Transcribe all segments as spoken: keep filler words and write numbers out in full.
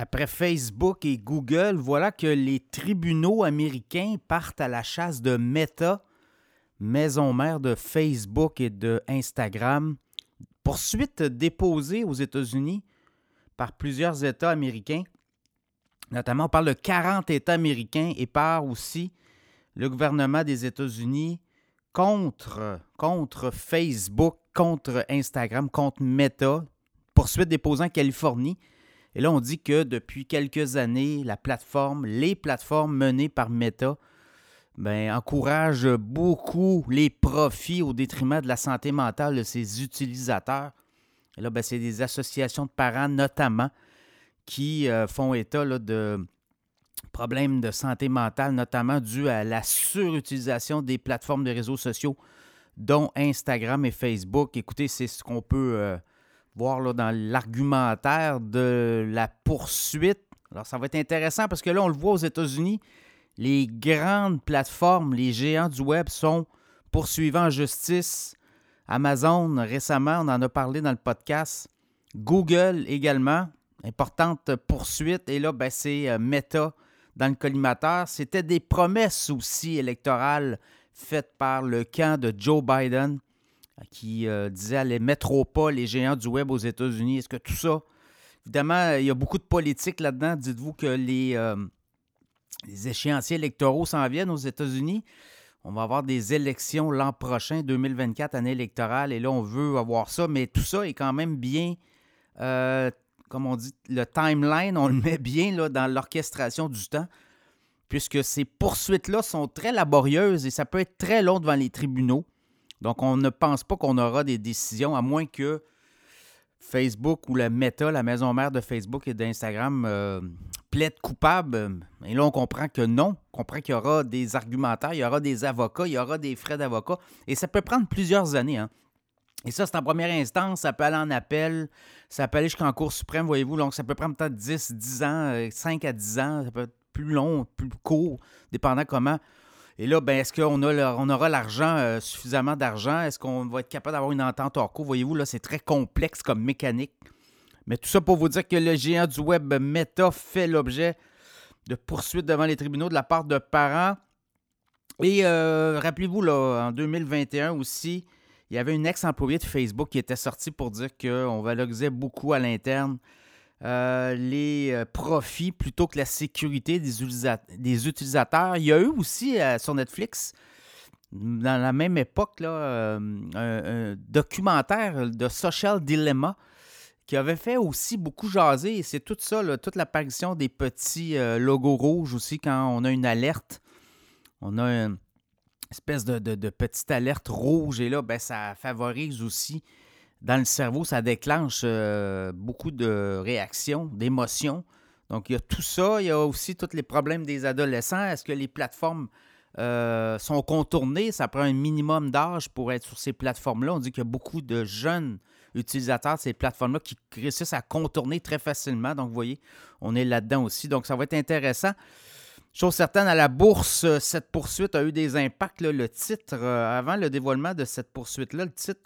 Après Facebook et Google, voilà que les tribunaux américains partent à la chasse de Meta, maison mère de Facebook et de Instagram. Poursuite déposée aux États-Unis par plusieurs États américains. Notamment, on parle de quarante États américains et par aussi le gouvernement des États-Unis contre, contre Facebook, contre Instagram, contre Meta. Poursuite déposée en Californie. Et là, on dit que depuis quelques années, la plateforme, les plateformes menées par Meta ben, encouragent beaucoup les profits au détriment de la santé mentale de ses utilisateurs. Et là, ben, c'est des associations de parents notamment qui euh, font état là, de problèmes de santé mentale, notamment dus à la surutilisation des plateformes de réseaux sociaux, dont Instagram et Facebook. Écoutez, c'est ce qu'on peut euh, voir là, dans l'argumentaire de la poursuite. Alors, ça va être intéressant parce que là, on le voit aux États-Unis, les grandes plateformes, les géants du web sont poursuivis en justice. Amazon, récemment, on en a parlé dans le podcast. Google également, importante poursuite. Et là, ben, c'est Meta dans le collimateur. C'était des promesses aussi électorales faites par le camp de Joe Biden qui euh, disait aller mettre au pas les géants du web aux États-Unis. Est-ce que tout ça... Évidemment, il y a beaucoup de politique là-dedans. Dites-vous que les, euh, les échéanciers électoraux s'en viennent aux États-Unis. On va avoir des élections l'an prochain, deux mille vingt-quatre, année électorale, et là, on veut avoir ça, mais tout ça est quand même bien, euh, comme on dit, le timeline, on le met bien là, dans l'orchestration du temps, puisque ces poursuites-là sont très laborieuses et ça peut être très long devant les tribunaux. Donc, on ne pense pas qu'on aura des décisions, à moins que Facebook ou la Meta, la maison mère de Facebook et d'Instagram, euh, plaide coupable. Et là, on comprend que non. On comprend qu'il y aura des argumentaires, il y aura des avocats, il y aura des frais d'avocat. Et ça peut prendre plusieurs années. Hein. Et ça, c'est en première instance. Ça peut aller en appel. Ça peut aller jusqu'en Cour suprême, voyez-vous. Donc, ça peut prendre peut-être dix, dix ans, cinq à dix ans. Ça peut être plus long, plus court, dépendant comment. Et là, ben, est-ce qu'on a, on aura l'argent, euh, suffisamment d'argent? Est-ce qu'on va être capable d'avoir une entente hors cours? Voyez-vous, là, c'est très complexe comme mécanique. Mais tout ça pour vous dire que le géant du web Meta fait l'objet de poursuites devant les tribunaux de la part de parents. Et euh, rappelez-vous, là, en deux mille vingt et un aussi, il y avait une ex-employée de Facebook qui était sortie pour dire qu'on valorisait beaucoup à l'interne Euh, les euh, profits plutôt que la sécurité des, utilisa- des utilisateurs. Il y a eu aussi euh, sur Netflix, dans la même époque, là, euh, un, un documentaire de Social Dilemma qui avait fait aussi beaucoup jaser. Et c'est tout ça, là, toute l'apparition des petits euh, logos rouges aussi quand on a une alerte. On a une espèce de, de, de petite alerte rouge et là, ben, ça favorise aussi. Dans le cerveau, ça déclenche euh, beaucoup de réactions, d'émotions. Donc, il y a tout ça. Il y a aussi tous les problèmes des adolescents. Est-ce que les plateformes euh, sont contournées? Ça prend un minimum d'âge pour être sur ces plateformes-là. On dit qu'il y a beaucoup de jeunes utilisateurs de ces plateformes-là qui réussissent à contourner très facilement. Donc, vous voyez, on est là-dedans aussi. Donc, ça va être intéressant. Chose certaine, à la bourse, cette poursuite a eu des impacts. Là. Le titre, euh, avant le dévoilement de cette poursuite-là, le titre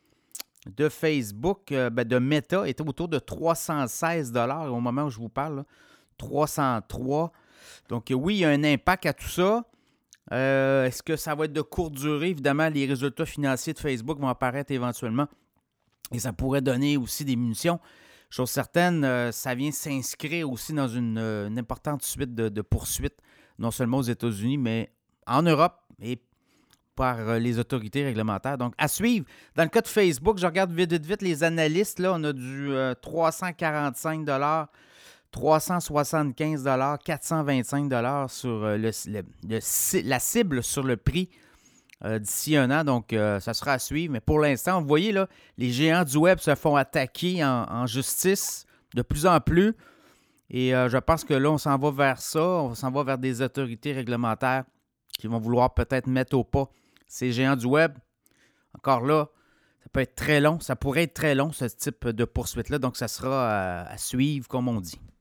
de Facebook, euh, ben de Meta, était autour de trois cent seize dollars au moment où je vous parle. Là, trois cent trois. Donc oui, il y a un impact à tout ça. Euh, est-ce que ça va être de courte durée? Évidemment, les résultats financiers de Facebook vont apparaître éventuellement. Et ça pourrait donner aussi des munitions. Chose certaine, euh, ça vient s'inscrire aussi dans une, euh, une importante suite de, de poursuites, non seulement aux États-Unis, mais en Europe et par les autorités réglementaires. Donc, à suivre. Dans le cas de Facebook, je regarde vite, vite, vite les analystes. Là, on a du euh, trois cent quarante-cinq dollars, trois cent soixante-quinze dollars, quatre cent vingt-cinq dollars sur euh, le, le, le, la cible sur le prix euh, d'ici un an. Donc, euh, ça sera à suivre. Mais pour l'instant, vous voyez, là, les géants du web se font attaquer en, en justice de plus en plus. Et euh, je pense que là, on s'en va vers ça. On s'en va vers des autorités réglementaires qui vont vouloir peut-être mettre au pas ces géants du web. Encore là, ça peut être très long. Ça pourrait être très long, ce type de poursuite-là. Donc, ça sera à, à suivre, comme on dit.